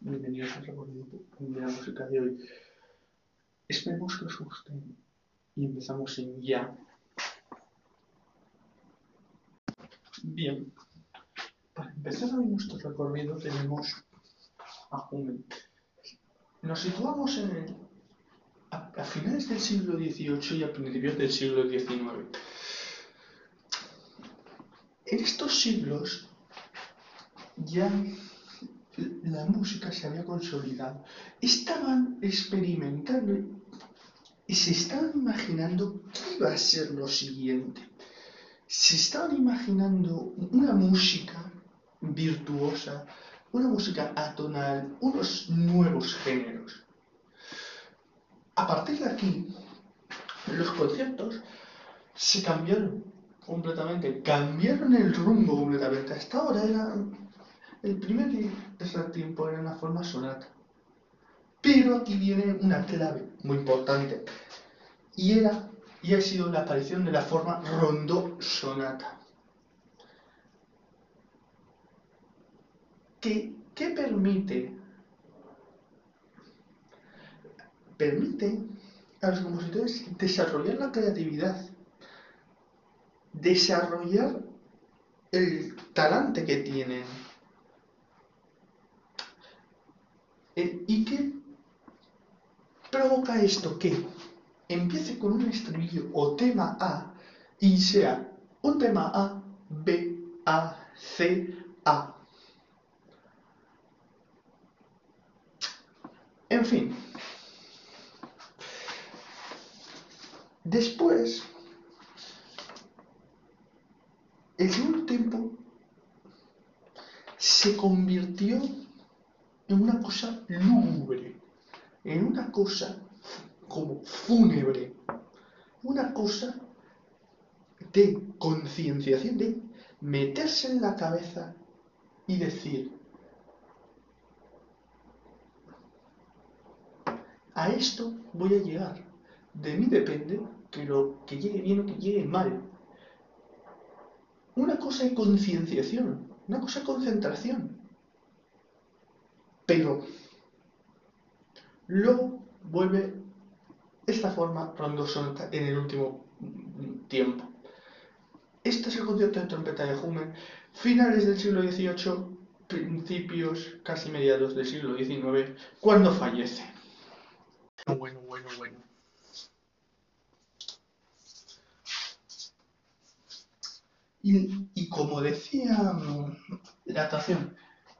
bienvenidos al recorrido de la música de hoy. Esperemos que os guste y empezamos en ya. Bien, para empezar hoy nuestro recorrido tenemos a Hummel. Nos situamos a finales del siglo XVIII y a principios del siglo XIX. En estos siglos ya la música se había consolidado. Estaban experimentando y se estaban imaginando qué iba a ser lo siguiente. Se estaban imaginando una música virtuosa, una música atonal, unos nuevos géneros. A partir de aquí, los conceptos se cambiaron completamente, cambiaron el rumbo completamente. Hasta ahora el primer tiempo era una forma sonata. Pero aquí viene una clave muy importante y ha sido la aparición de la forma rondó sonata. ¿Qué permite? Permite a los compositores desarrollar la creatividad, desarrollar el talante que tienen. ¿Y qué provoca esto? Que empiece con un estribillo o tema A y sea un tema A, B, A, C, A. En fin. Después, el segundo tiempo se convirtió en una cosa lúgubre, en una cosa como fúnebre, una cosa de concienciación, de meterse en la cabeza y decir: a esto voy a llegar, de mí depende que llegue bien o que llegue mal. Una cosa de concienciación, una cosa de concentración. Pero luego vuelve esta forma rondosonata en el último tiempo. Este es el concepto de trompeta de Hummel, finales del siglo XVIII, principios, casi mediados del siglo XIX, cuando fallece. Bueno. Y como decía la actuación,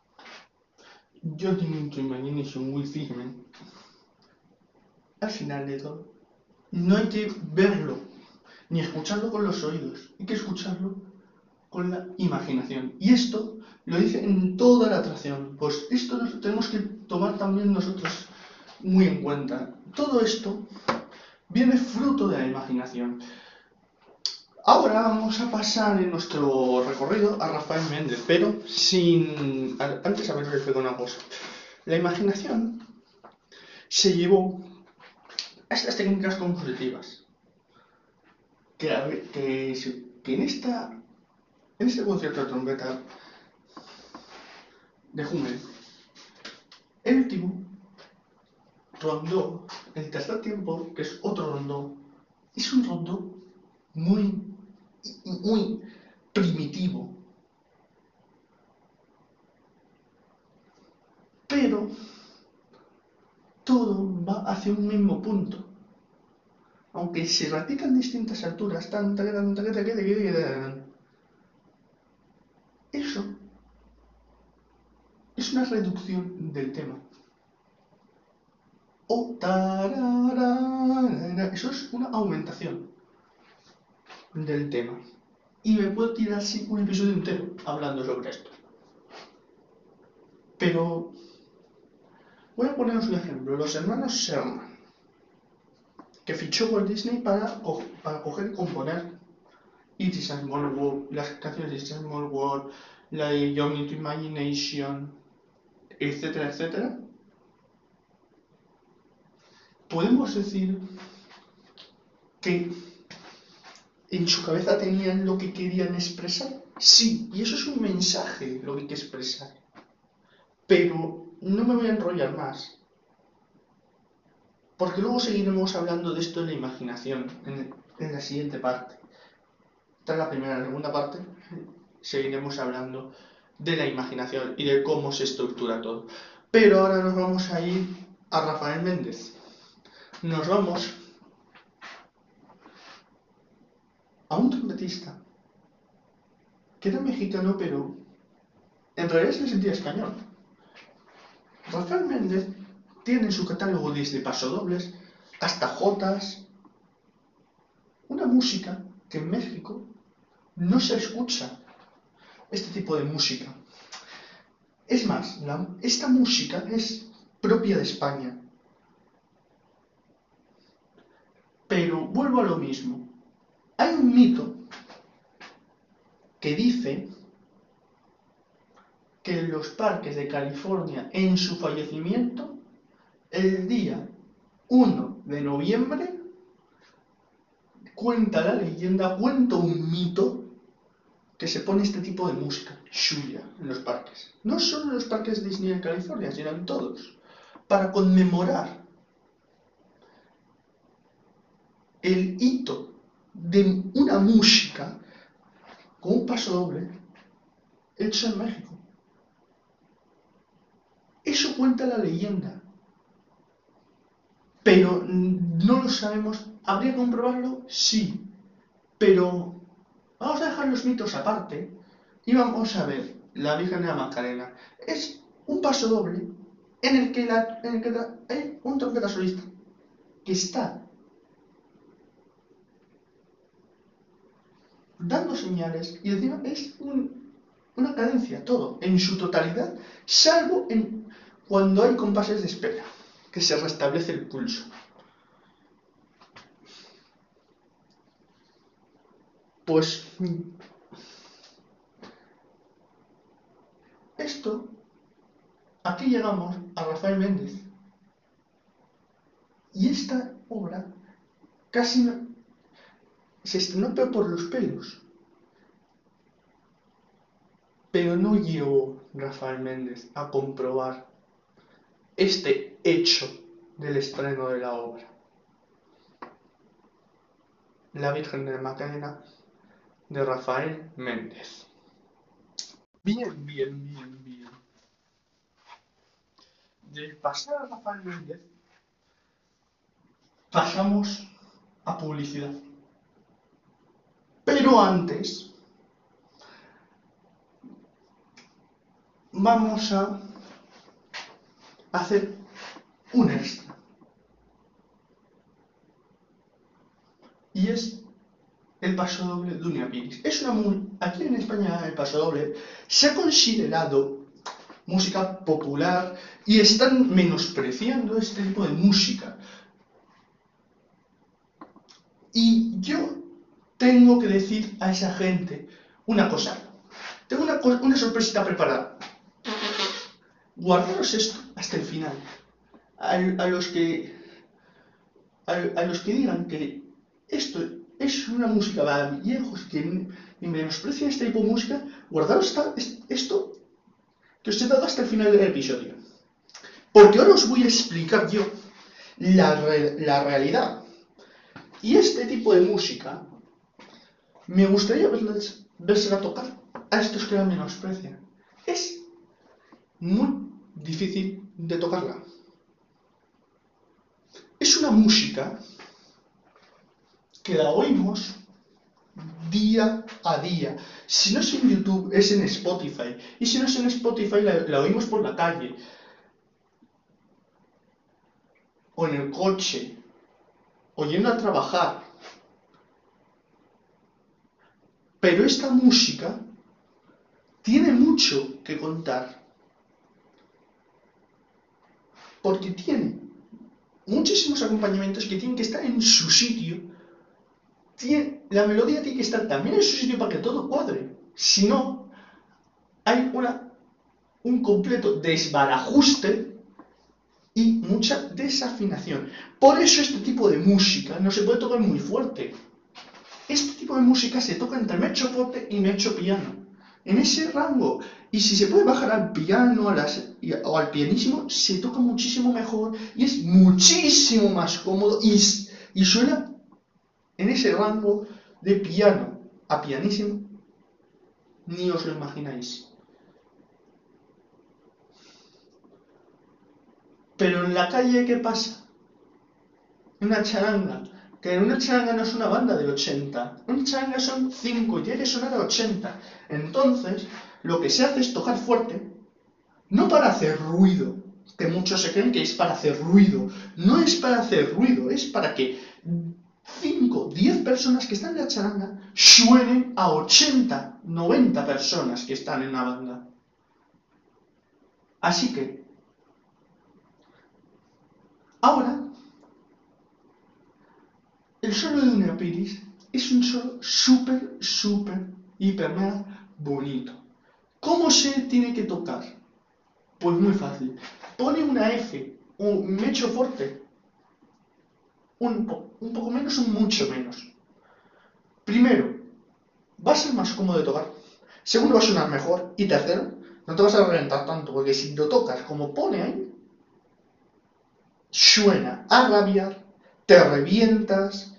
yo tengo tu imagination with figment. Al final de todo, no hay que verlo ni escucharlo con los oídos, hay que escucharlo con la imaginación. Y esto lo dice en toda la atracción. Pues esto lo tenemos que tomar también nosotros muy en cuenta. Todo esto viene fruto de la imaginación. Ahora vamos a pasar en nuestro recorrido a Rafael Méndez, pero antes haberles explicado una cosa. La imaginación se llevó a estas técnicas compositivas que en este concierto de trompeta de Hummel, el último rondó, el tercer tiempo, que es otro rondó, es un rondó muy primitivo, pero todo va hacia un mismo punto, aunque se repiten distintas alturas. Eso es una reducción del tema. Eso es una aumentación del tema. Y me puedo tirar así un episodio entero hablando sobre esto. Pero voy a poneros un ejemplo. Los hermanos Sherman, que fichó Walt Disney para coger y componer It is a Small World, las canciones de It is a Small World, la de Young into Imagination, etcétera, etcétera. Podemos decir que en su cabeza tenían lo que querían expresar. Sí, y eso es un mensaje lo que hay que expresar. Pero no me voy a enrollar más, porque luego seguiremos hablando de esto en la imaginación, en la siguiente parte. Esta es la primera. En la segunda parte seguiremos hablando de la imaginación y de cómo se estructura todo. Pero ahora nos vamos a ir a Rafael Méndez. Nos vamos a un trompetista que era mexicano, pero en realidad se sentía español. Rafael Méndez tiene en su catálogo desde pasodobles hasta jotas, una música que en México no se escucha, este tipo de música. Es más, esta música es propia de España. Pero vuelvo a lo mismo. Hay un mito que dice que en los parques de California, en su fallecimiento, el día 1 de noviembre, cuenta la leyenda, cuenta un mito, que se pone este tipo de música, Xuya, en los parques. No solo en los parques de Disney en California, sino en todos, para conmemorar el hito de una música con un pasodoble hecho en México. Eso cuenta la leyenda, pero no lo sabemos. ¿Habría que comprobarlo? Sí, pero vamos a dejar los mitos aparte y vamos a ver la Virgen de la Macarena. Es un pasodoble en el que hay un trompeta solista que está dando señales y encima es una cadencia, todo, en su totalidad, salvo cuando hay compases de espera, que se restablece el pulso. Pues esto, aquí llegamos a Rafael Méndez. Y esta obra casi no, se estrenó por los pelos. Pero no llegó Rafael Méndez a comprobar este hecho del estreno de la obra. La Virgen de la Macarena de Rafael Méndez. Bien. De pasar a Rafael Méndez, pasamos a publicidad. Pero antes, vamos a hacer un extra. Y es el pasodoble Dunia Piris. Aquí en España el pasodoble se ha considerado música popular y están menospreciando este tipo de música. Y yo tengo que decir a esa gente una cosa. Tengo una sorpresita preparada. Guardaros esto hasta el final. A los que digan que esto es una música para viejos, que menosprecian este tipo de música, guardaros esto que os he dado hasta el final del episodio. Porque ahora os voy a explicar yo la realidad. Y este tipo de música me gustaría vérsela tocar a estos que la menosprecian. Es muy difícil de tocarla. Es una música que la oímos día a día. Si no es en YouTube, es en Spotify. Y si no es en Spotify, la oímos por la calle. O en el coche. O yendo a trabajar. Pero esta música tiene mucho que contar. Porque tiene muchísimos acompañamientos que tienen que estar en su sitio. La melodía tiene que estar también en su sitio para que todo cuadre. Si no, hay un completo desbarajuste y mucha desafinación. Por eso este tipo de música no se puede tocar muy fuerte. Este tipo de música se toca entre mezzo forte y mezzo piano. en ese rango. Y si se puede bajar al piano o al pianísimo, se toca muchísimo mejor y es muchísimo más cómodo y suena en ese rango de piano a pianísimo, ni os lo imagináis. Pero en la calle, ¿qué pasa? Una charanga. Que una charanga no es una banda de 80. Una charanga son 5 y tiene que sonar a 80. Entonces, lo que se hace es tocar fuerte, no para hacer ruido, que muchos se creen que es para hacer ruido. No es para hacer ruido, es para que 5, 10 personas que están en la charanga suenen a 80, 90 personas que están en una banda. Así que, ahora, el solo de Dunia Piris es un solo súper, hiper, mega bonito. ¿Cómo se tiene que tocar? Pues muy fácil. Pone una F, un mecho fuerte, un poco menos, un mucho menos. Primero, va a ser más cómodo de tocar. Segundo, va a sonar mejor. Y tercero, no te vas a reventar tanto, porque si lo tocas como pone ahí, suena a rabiar, te revientas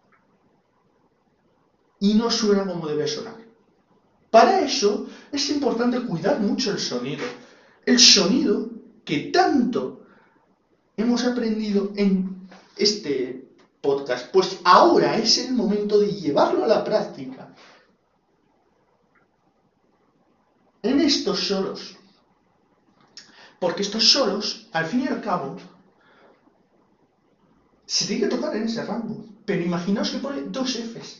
y no suena como debe sonar. Para eso es importante cuidar mucho el sonido. El sonido que tanto hemos aprendido en este podcast, pues ahora es el momento de llevarlo a la práctica. En estos solos. Porque estos solos, al fin y al cabo, se tiene que tocar en ese rango. Pero imaginaos que pone 2 Fs.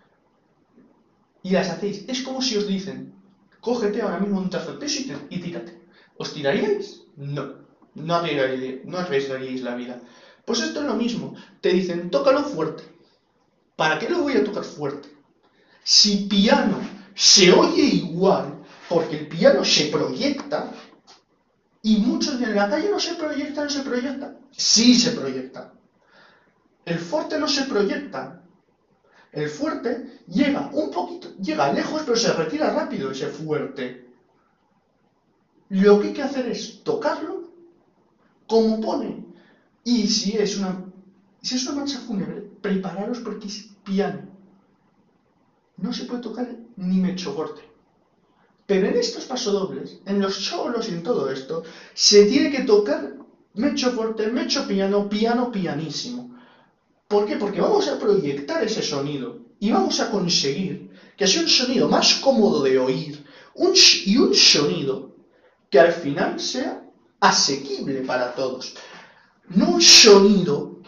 Y las hacéis. Es como si os dicen, cógete ahora mismo un tercer peso y tírate. ¿Os tiraríais? No. No arriesgaríais la vida. Pues esto es lo mismo. Te dicen, tócalo fuerte. ¿Para qué lo voy a tocar fuerte? Si piano se oye igual, porque el piano se proyecta, y muchos de la calle no se proyecta. Sí se proyecta. El fuerte no se proyecta. El fuerte llega un poquito, llega lejos, pero se retira rápido ese fuerte. Lo que hay que hacer es tocarlo como pone. Y si es una marcha fúnebre, prepararos porque es piano. No se puede tocar ni mecho corte. Pero en estos pasodobles, en los solos y en todo esto, se tiene que tocar mecho fuerte, mecho piano, piano pianísimo. ¿Por qué? Porque vamos a proyectar ese sonido y vamos a conseguir que sea un sonido más cómodo de oír y un sonido que al final sea asequible para todos. No un sonido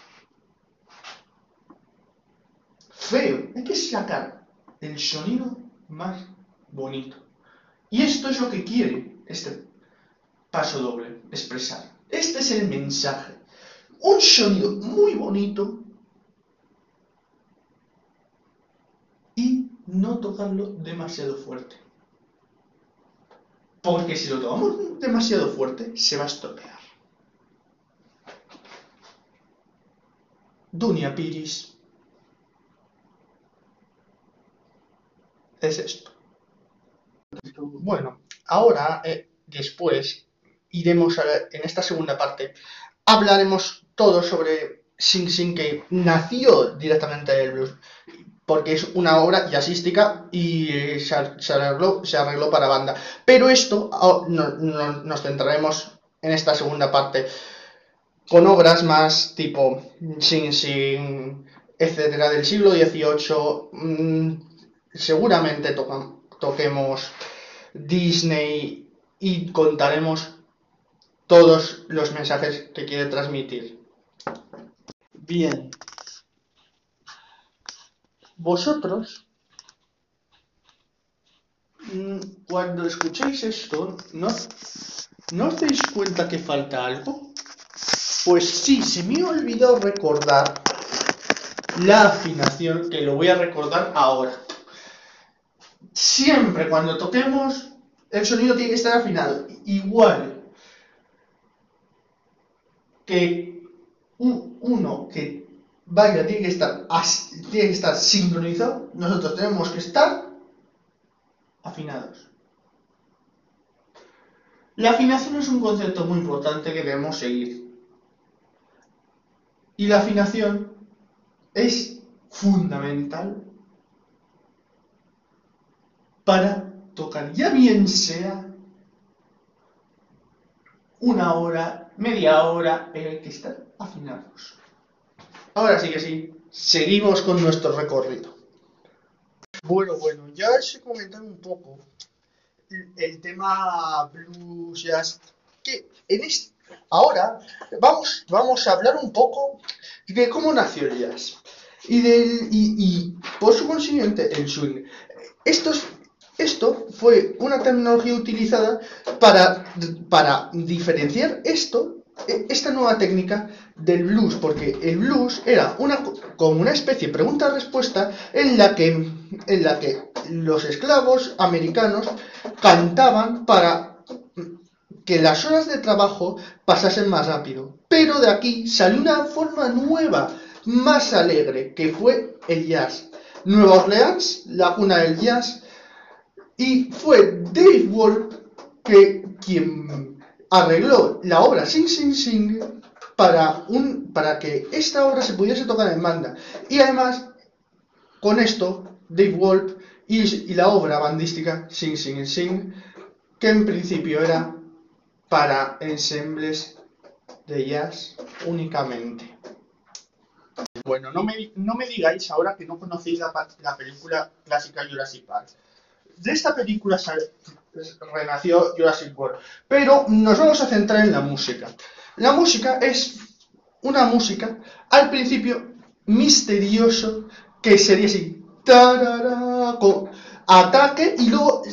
feo. Hay que sacar el sonido más bonito. Y esto es lo que quiere este paso doble expresar. Este es el mensaje. Un sonido muy bonito y no tocarlo demasiado fuerte. Porque si lo tocamos demasiado fuerte, se va a estropear. Dunia Piris es esto. Bueno, ahora, después, en esta segunda parte, hablaremos todo sobre Sing Sing, que nació directamente del blues, porque es una obra jazzística y se arregló para banda. Pero esto nos centraremos en esta segunda parte con obras más tipo Sing Sing, etcétera, del siglo XVIII. Seguramente toquemos Disney y contaremos todos los mensajes que quiere transmitir. Bien. Vosotros, cuando escucháis esto, ¿no os dais cuenta que falta algo? Pues sí, se me ha olvidado recordar la afinación, que lo voy a recordar ahora. Siempre cuando toquemos, el sonido tiene que estar afinado. Igual que uno que baila tiene que estar sincronizado, nosotros tenemos que estar afinados. La afinación es un concepto muy importante que debemos seguir. Y la afinación es fundamental para tocar, ya bien sea una hora, media hora, pero hay que estar afinados. Ahora sí que sí, seguimos con nuestro recorrido. Bueno, ya os he comentado un poco el tema blues, jazz, que ahora vamos a hablar un poco de cómo nació el jazz y por su consiguiente el swing. Esto fue una tecnología utilizada para diferenciar esta nueva técnica del blues, porque el blues era como una especie de pregunta-respuesta en la que los esclavos americanos cantaban para que las horas de trabajo pasasen más rápido. Pero de aquí salió una forma nueva, más alegre, que fue el jazz. Nueva Orleans, la cuna del jazz, y fue Dave Wolf quien arregló la obra Sing Sing Sing para que esta obra se pudiese tocar en banda. Y además, con esto, Dave Wolf y la obra bandística Sing Sing Sing, que en principio era para ensembles de jazz únicamente. Bueno, no me digáis ahora que no conocéis la película clásica Jurassic Park. De esta película renació Jurassic World, pero nos vamos a centrar en la música. La música es una música al principio misterioso, que sería así, tarara, con ataque, y luego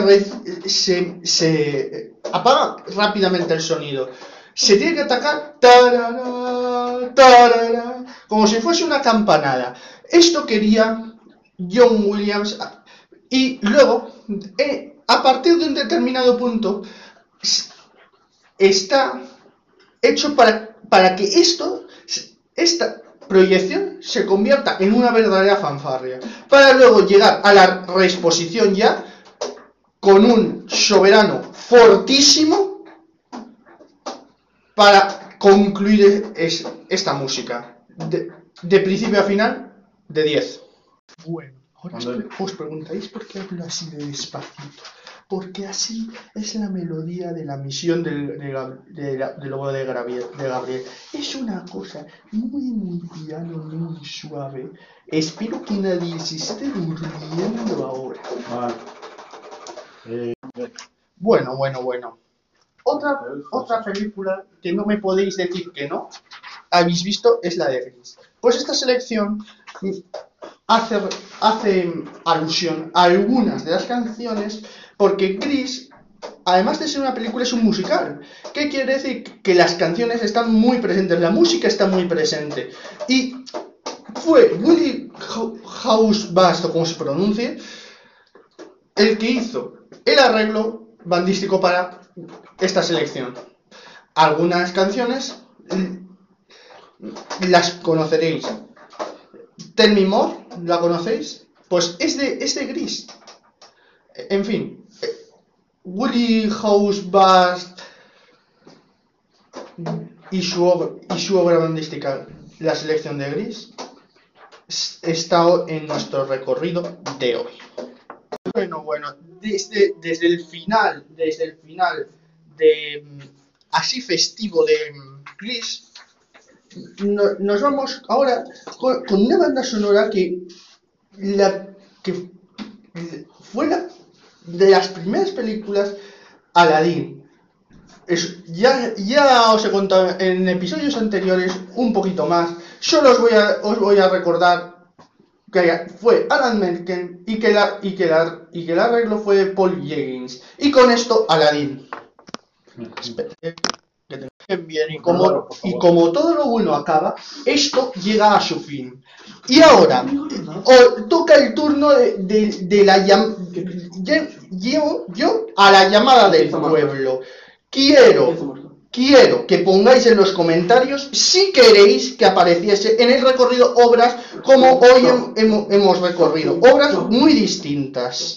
se apaga rápidamente el sonido. Se tiene que atacar tarara, tarara, como si fuese una campanada. Esto quería John Williams. Y luego, a partir de un determinado punto, está hecho para que esta proyección se convierta en una verdadera fanfarria, para luego llegar a la reexposición ya con un soberano fortísimo para concluir esta música de principio a final de 10. Bueno, ahora os preguntáis por qué hablo así de despacito. Porque así es la melodía de la misión del logo de Gabriel. Es una cosa muy piano, muy suave. Espero que nadie se esté durmiendo ahora. Bueno. Otra película que no me podéis decir que no habéis visto es la de Gris. Pues esta selección hace alusión a algunas de las canciones, porque Gris, además de ser una película, es un musical. ¿Qué quiere decir? Que las canciones están muy presentes, la música está muy presente. Y fue Willie Husband, o como se pronuncie, el que hizo el arreglo bandístico para esta selección. Algunas canciones las conoceréis. Tell Me More, ¿la conocéis? Pues es de Gris. En fin, Willie Husband y su obra bandística, la selección de Gris, está en nuestro recorrido de hoy. Bueno, desde el final de así festivo de Gris, nos vamos ahora con una banda sonora que fue de las primeras películas, Aladdin. Ya os he contado en episodios anteriores un poquito más. Solo os voy a recordar que fue Alan Menken y que el arreglo fue de Paul Higgins. Y con esto, Aladdin. Que tengan bien, y como todo lo bueno acaba, esto llega a su fin. Y ahora toca el turno de la llamada. Yo a la llamada del pueblo. Quiero que pongáis en los comentarios si queréis que apareciese en el recorrido obras como hoy hemos recorrido, obras muy distintas.